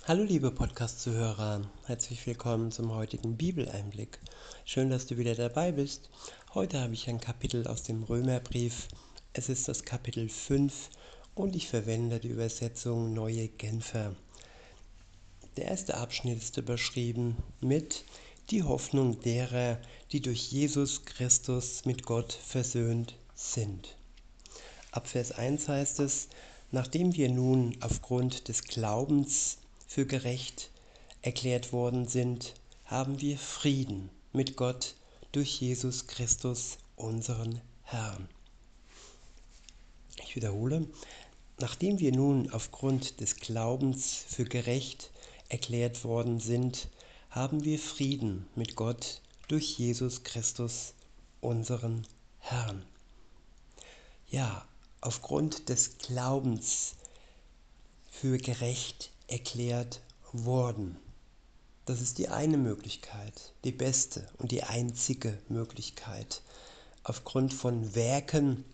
Hallo liebe Podcast-Zuhörer, herzlich willkommen zum heutigen Bibeleinblick. Schön, dass du wieder dabei bist. Heute habe ich ein Kapitel aus dem Römerbrief. Es ist das Kapitel 5 und ich verwende die Übersetzung Neue Genfer. Der erste Abschnitt ist überschrieben mit Die Hoffnung derer, die durch Jesus Christus mit Gott versöhnt sind. Ab Vers 1 heißt es: Nachdem wir nun aufgrund des Glaubens für gerecht erklärt worden sind, haben wir Frieden mit Gott durch Jesus Christus, unseren Herrn. Ich wiederhole: Nachdem wir nun aufgrund des Glaubens für gerecht erklärt worden sind, haben wir Frieden mit Gott durch Jesus Christus, unseren Herrn. Ja, aufgrund des Glaubens für gerecht erklärt worden. Das ist die eine Möglichkeit, die beste und die einzige Möglichkeit. Aufgrund von Werken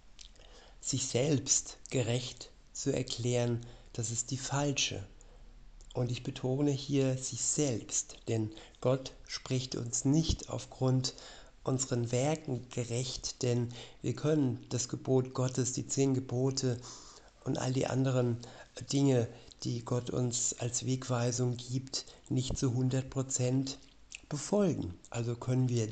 sich selbst gerecht zu erklären, das ist die falsche. Und ich betone hier sich selbst, denn Gott spricht uns nicht aufgrund unseren Werken gerecht, denn wir können das Gebot Gottes, die 10 Gebote und all die anderen Dinge, die Gott uns als Wegweisung gibt, nicht zu 100% befolgen. Also können wir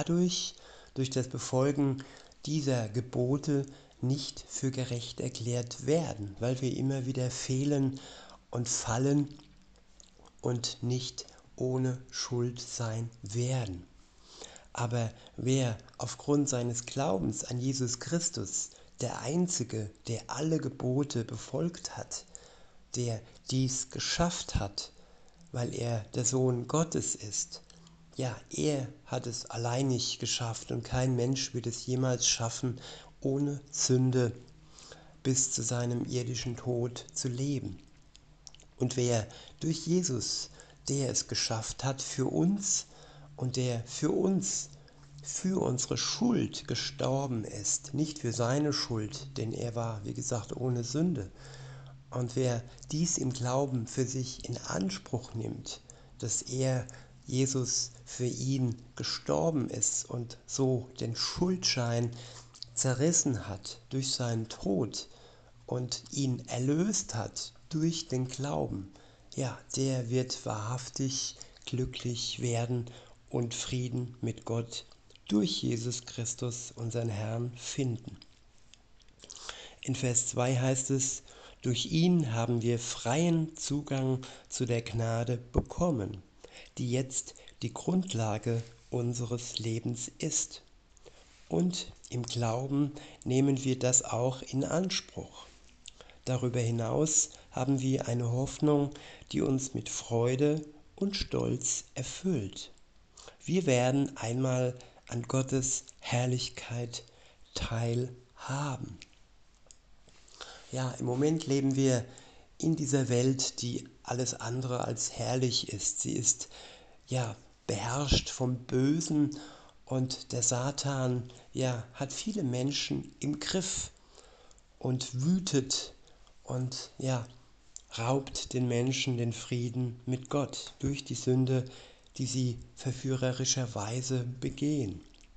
durch das Befolgen dieser Gebote nicht für gerecht erklärt werden, weil wir immer wieder fehlen und fallen und nicht ohne Schuld sein werden. Aber wer aufgrund seines Glaubens an Jesus Christus, der Einzige, der alle Gebote befolgt hat, der dies geschafft hat, weil er der Sohn Gottes ist, ja, er hat es alleinig geschafft und kein Mensch wird es jemals schaffen, ohne Sünde bis zu seinem irdischen Tod zu leben. Und wer durch Jesus, der es geschafft hat für uns und der für uns, für unsere Schuld gestorben ist, nicht für seine Schuld, denn er war, wie gesagt, ohne Sünde. Und wer dies im Glauben für sich in Anspruch nimmt, dass Jesus für ihn gestorben ist und so den Schuldschein zerrissen hat durch seinen Tod und ihn erlöst hat durch den Glauben, ja, der wird wahrhaftig glücklich werden und Frieden mit Gott durch Jesus Christus, unseren Herrn, finden. In Vers 2 heißt es: Durch ihn haben wir freien Zugang zu der Gnade bekommen, die jetzt die Grundlage unseres Lebens ist. Und im Glauben nehmen wir das auch in Anspruch. Darüber hinaus haben wir eine Hoffnung, die uns mit Freude und Stolz erfüllt. Wir werden einmal an Gottes Herrlichkeit teilhaben. Ja, im Moment leben wir in dieser Welt, die alles andere als herrlich ist. Sie ist ja beherrscht vom Bösen und der Satan ja hat viele Menschen im Griff und wütet und ja raubt den Menschen den Frieden mit Gott durch die Sünde, die sie verführerischerweise begehen.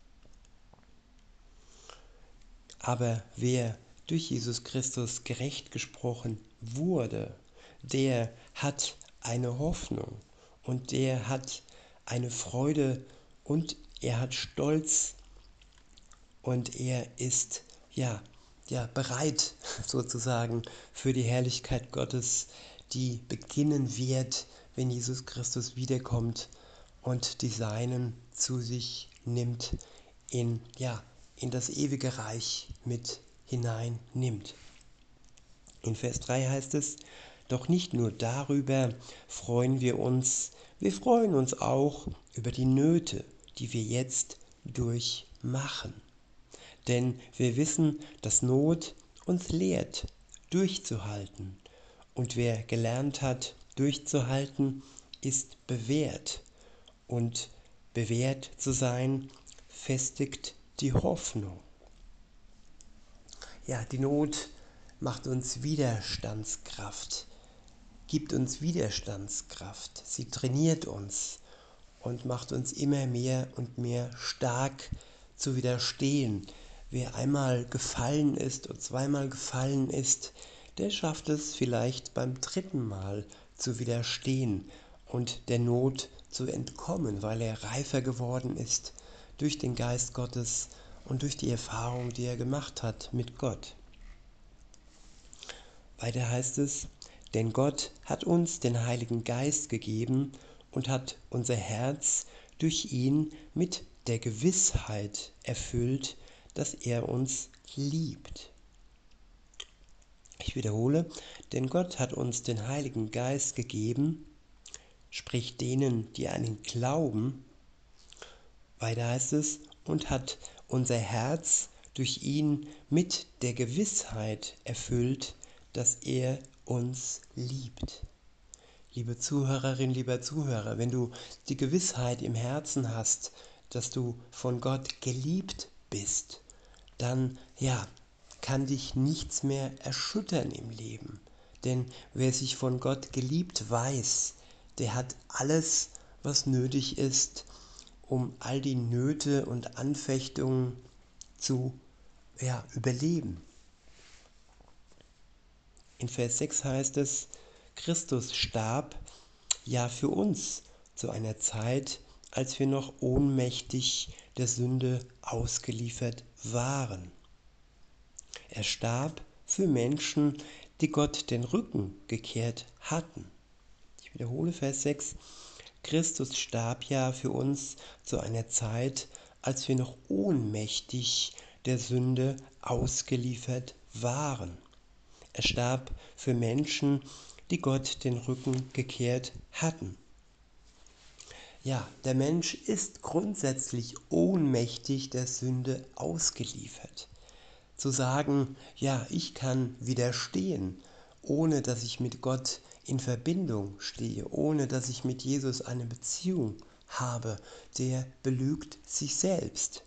Aber wer durch Jesus Christus gerecht gesprochen wurde, der hat eine Hoffnung und der hat eine Freude und er hat Stolz und er ist bereit sozusagen für die Herrlichkeit Gottes, die beginnen wird, wenn Jesus Christus wiederkommt und die Seinen zu sich nimmt, in das ewige Reich mit hineinnimmt. In Vers 3 heißt es: Doch nicht nur darüber freuen wir freuen uns auch über die Nöte, die wir jetzt durchmachen. Denn wir wissen, dass Not uns lehrt, durchzuhalten. Und wer gelernt hat, durchzuhalten, ist bewährt. Und bewährt zu sein, festigt die Hoffnung. Ja, die Not macht uns Widerstandskraft. gibt uns Widerstandskraft. Sie trainiert uns und macht uns immer mehr und mehr stark zu widerstehen. Wer einmal gefallen ist und zweimal gefallen ist, der schafft es vielleicht beim dritten Mal zu widerstehen und der Not zu entkommen, weil er reifer geworden ist durch den Geist Gottes und durch die Erfahrung, die er gemacht hat mit Gott. Weiter heißt es, denn Gott hat uns den Heiligen Geist gegeben und hat unser Herz durch ihn mit der Gewissheit erfüllt, dass er uns liebt. Ich wiederhole, denn Gott hat uns den Heiligen Geist gegeben, sprich denen, die an ihn glauben, weiter heißt es, und hat unser Herz durch ihn mit der Gewissheit erfüllt, dass er uns liebt. Liebe Zuhörerin, lieber Zuhörer, wenn du die Gewissheit im Herzen hast, dass du von Gott geliebt bist, dann kann dich nichts mehr erschüttern im Leben. Denn wer sich von Gott geliebt weiß, der hat alles, was nötig ist, um all die Nöte und Anfechtungen zu überleben. In Vers 6 heißt es, Christus starb ja für uns zu einer Zeit, als wir noch ohnmächtig der Sünde ausgeliefert waren. Er starb für Menschen, die Gott den Rücken gekehrt hatten. Ich wiederhole Vers 6. Christus starb ja für uns zu einer Zeit, als wir noch ohnmächtig der Sünde ausgeliefert waren. Er starb für Menschen, die Gott den Rücken gekehrt hatten. Ja, der Mensch ist grundsätzlich ohnmächtig der Sünde ausgeliefert. Zu sagen, ja, ich kann widerstehen, ohne dass ich mit Gott in Verbindung stehe, ohne dass ich mit Jesus eine Beziehung habe, der belügt sich selbst.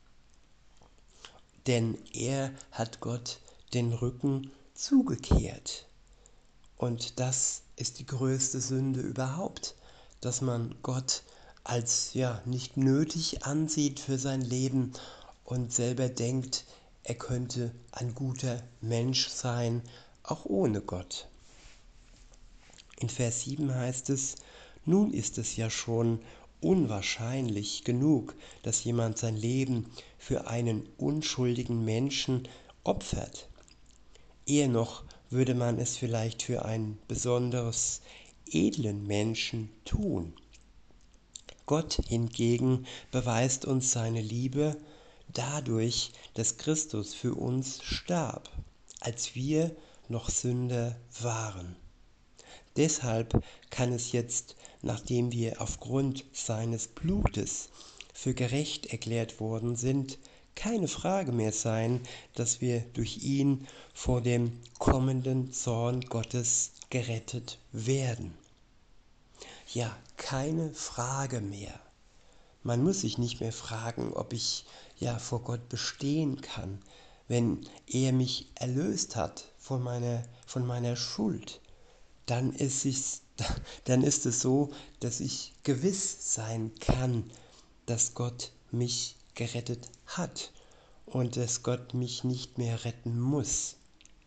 Denn er hat Gott den Rücken zugekehrt. Und das ist die größte Sünde überhaupt, dass man Gott als nicht nötig ansieht für sein Leben und selber denkt, er könnte ein guter Mensch sein, auch ohne Gott. In Vers 7 heißt es, nun ist es ja schon unwahrscheinlich genug, dass jemand sein Leben für einen unschuldigen Menschen opfert. Eher noch würde man es vielleicht für einen besonders edlen Menschen tun. Gott hingegen beweist uns seine Liebe dadurch, dass Christus für uns starb, als wir noch Sünder waren. Deshalb kann es jetzt, nachdem wir aufgrund seines Blutes für gerecht erklärt worden sind, keine Frage mehr sein, dass wir durch ihn vor dem kommenden Zorn Gottes gerettet werden. Ja, keine Frage mehr. Man muss sich nicht mehr fragen, ob ich vor Gott bestehen kann, wenn er mich erlöst hat von meiner Schuld. Dann ist es so, dass ich gewiss sein kann, dass Gott mich gerettet hat und dass Gott mich nicht mehr retten muss.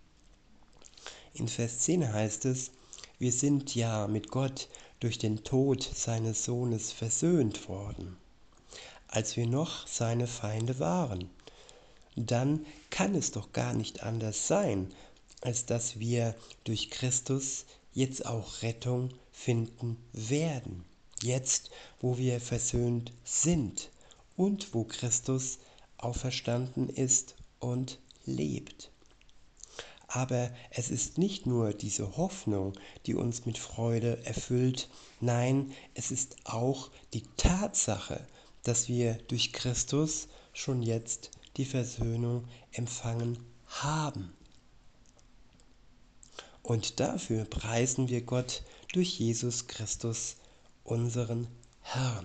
In Vers 10 heißt es, wir sind ja mit Gott durch den Tod seines Sohnes versöhnt worden, als wir noch seine Feinde waren. Dann kann es doch gar nicht anders sein, als dass wir durch Christus jetzt auch Rettung finden werden. Jetzt, wo wir versöhnt sind und wo Christus auferstanden ist und lebt. Aber es ist nicht nur diese Hoffnung, die uns mit Freude erfüllt, nein, es ist auch die Tatsache, dass wir durch Christus schon jetzt die Versöhnung empfangen haben. Und dafür preisen wir Gott durch Jesus Christus, unseren Herrn.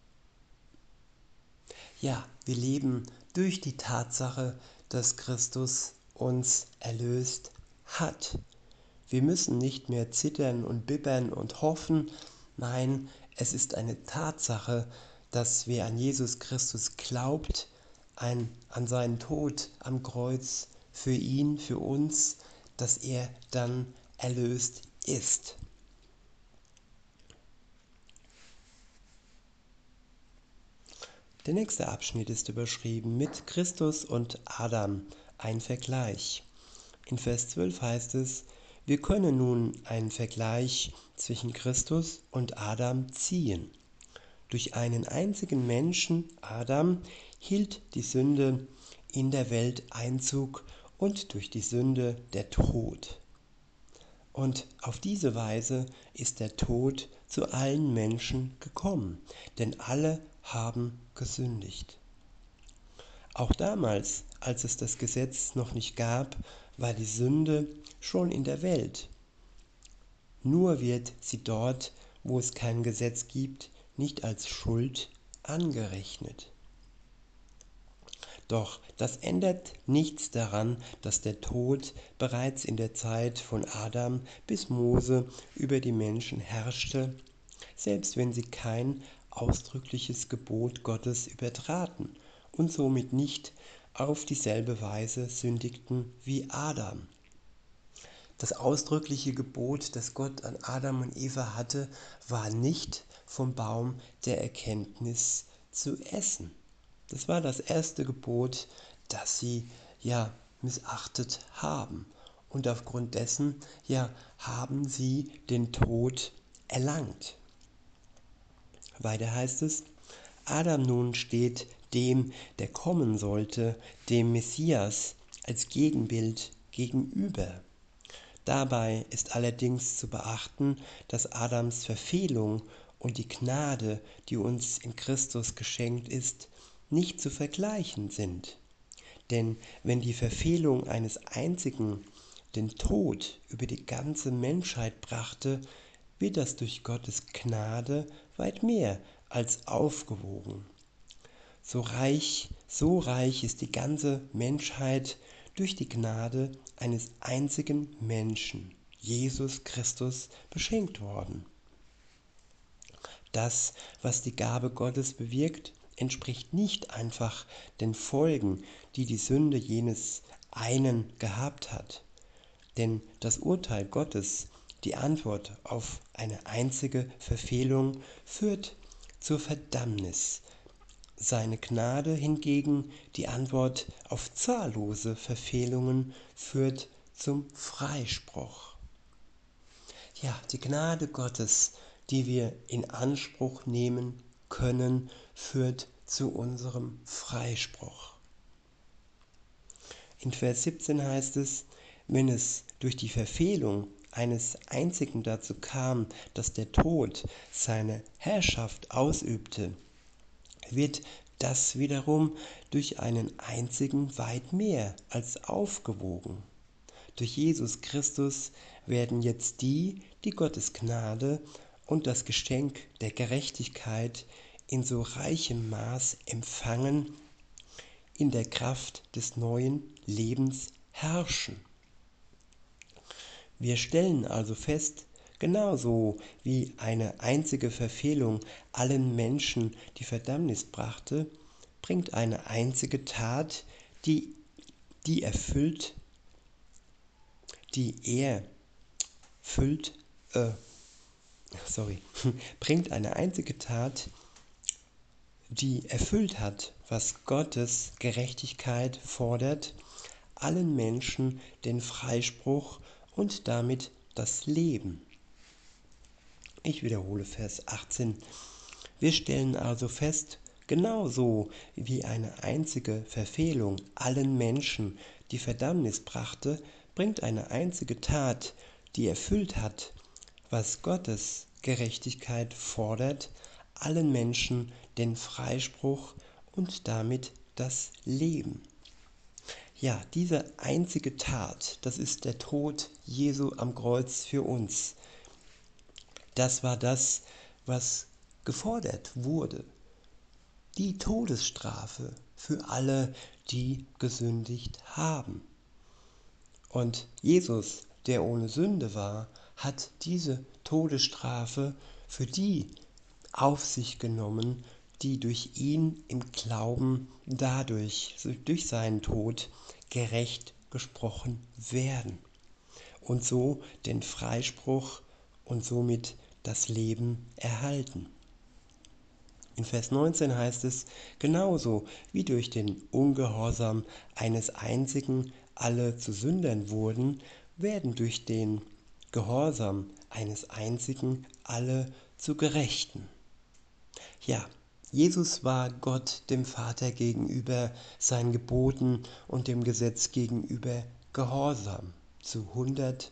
Ja, wir leben durch die Tatsache, dass Christus uns erlöst hat. Wir müssen nicht mehr zittern und bibbern und hoffen. Nein, es ist eine Tatsache, dass wer an Jesus Christus glaubt, an seinen Tod am Kreuz für ihn, für uns, dass er dann erlöst ist. Der nächste Abschnitt ist überschrieben mit Christus und Adam, ein Vergleich. In Vers 12 heißt es, wir können nun einen Vergleich zwischen Christus und Adam ziehen. Durch einen einzigen Menschen, Adam, hielt die Sünde in der Welt Einzug und durch die Sünde der Tod. Und auf diese Weise ist der Tod zu allen Menschen gekommen, denn alle haben gesündigt. Auch damals, als es das Gesetz noch nicht gab, war die Sünde schon in der Welt. Nur wird sie dort, wo es kein Gesetz gibt, nicht als Schuld angerechnet. Doch das ändert nichts daran, dass der Tod bereits in der Zeit von Adam bis Mose über die Menschen herrschte, selbst wenn sie kein ausdrückliches Gebot Gottes übertraten und somit nicht auf dieselbe Weise sündigten wie Adam. Das ausdrückliche Gebot, das Gott an Adam und Eva hatte, war nicht vom Baum der Erkenntnis zu essen. Das war das erste Gebot, das sie missachtet haben. Und aufgrund dessen haben sie den Tod erlangt. Weiter heißt es, Adam nun steht dem, der kommen sollte, dem Messias als Gegenbild gegenüber. Dabei ist allerdings zu beachten, dass Adams Verfehlung und die Gnade, die uns in Christus geschenkt ist, nicht zu vergleichen sind. Denn wenn die Verfehlung eines einzigen den Tod über die ganze Menschheit brachte, wird das durch Gottes Gnade weit mehr als aufgewogen. So reich ist die ganze Menschheit durch die Gnade eines einzigen Menschen, Jesus Christus, beschenkt worden. Das, was die Gabe Gottes bewirkt, entspricht nicht einfach den Folgen, die die Sünde jenes einen gehabt hat. Denn das Urteil Gottes, die Antwort auf eine einzige Verfehlung, führt zur Verdammnis. Seine Gnade hingegen, die Antwort auf zahllose Verfehlungen, führt zum Freispruch. Ja, die Gnade Gottes, die wir in Anspruch nehmen können, führt zu unserem Freispruch. In Vers 17 heißt es, wenn es durch die Verfehlung eines einzigen dazu kam, dass der Tod seine Herrschaft ausübte, wird das wiederum durch einen einzigen weit mehr als aufgewogen. Durch Jesus Christus werden jetzt die Gottes Gnade und das Geschenk der Gerechtigkeit in so reichem Maß empfangen, in der Kraft des neuen Lebens herrschen. Wir stellen also fest, genauso wie eine einzige Verfehlung allen Menschen die Verdammnis brachte, bringt eine einzige Tat, die erfüllt, die er füllt, bringt eine einzige Tat, die erfüllt hat, was Gottes Gerechtigkeit fordert, allen Menschen den Freispruch und damit das Leben. Ich wiederhole Vers 18. Wir stellen also fest, genauso wie eine einzige Verfehlung allen Menschen die Verdammnis brachte, bringt eine einzige Tat, die erfüllt hat, was Gottes Gerechtigkeit fordert, allen Menschen den Freispruch und damit das Leben. Ja, diese einzige Tat, das ist der Tod Jesu am Kreuz für uns. Das war das, was gefordert wurde. Die Todesstrafe für alle, die gesündigt haben. Und Jesus der ohne Sünde war, hat diese Todesstrafe für die auf sich genommen, die durch ihn im Glauben dadurch, durch seinen Tod, gerecht gesprochen werden und so den Freispruch und somit das Leben erhalten. In Vers 19 heißt es, genauso wie durch den Ungehorsam eines einzigen alle zu Sündern wurden, werden durch den Gehorsam eines einzigen alle zu Gerechten. Ja, Jesus war Gott dem Vater gegenüber, seinen Geboten und dem Gesetz gegenüber gehorsam zu 100%.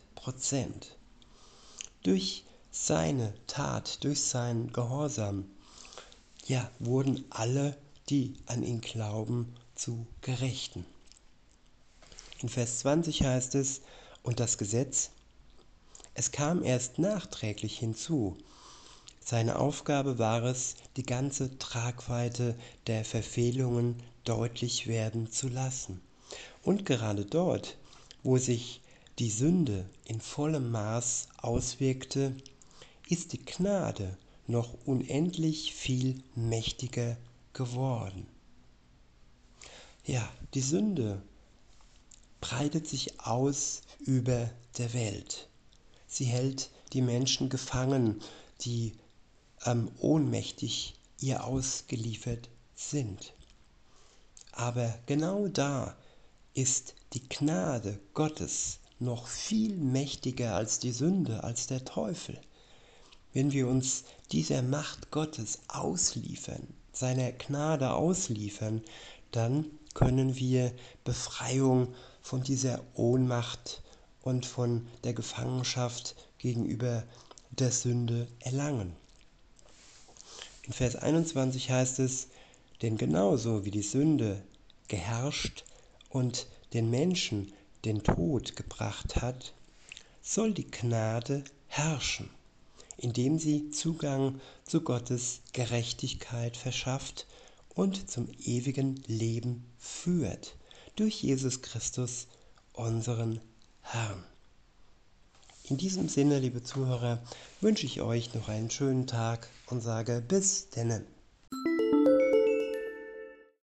Durch seine Tat, durch seinen Gehorsam, ja, wurden alle, die an ihn glauben, zu Gerechten. In Vers 20 heißt es, und das Gesetz, es kam erst nachträglich hinzu. Seine Aufgabe war es, die ganze Tragweite der Verfehlungen deutlich werden zu lassen. Und gerade dort, wo sich die Sünde in vollem Maß auswirkte, ist die Gnade noch unendlich viel mächtiger geworden. Ja, die Sünde breitet sich aus über der Welt. Sie hält die Menschen gefangen, die ohnmächtig ihr ausgeliefert sind. Aber genau da ist die Gnade Gottes noch viel mächtiger als die Sünde, als der Teufel. Wenn wir uns dieser Macht Gottes ausliefern, seiner Gnade ausliefern, dann können wir Befreiung von dieser Ohnmacht und von der Gefangenschaft gegenüber der Sünde erlangen. In Vers 21 heißt es, denn genauso wie die Sünde geherrscht und den Menschen den Tod gebracht hat, soll die Gnade herrschen, indem sie Zugang zu Gottes Gerechtigkeit verschafft und zum ewigen Leben führt, durch Jesus Christus, unseren Herrn. In diesem Sinne, liebe Zuhörer, wünsche ich euch noch einen schönen Tag und sage bis denne.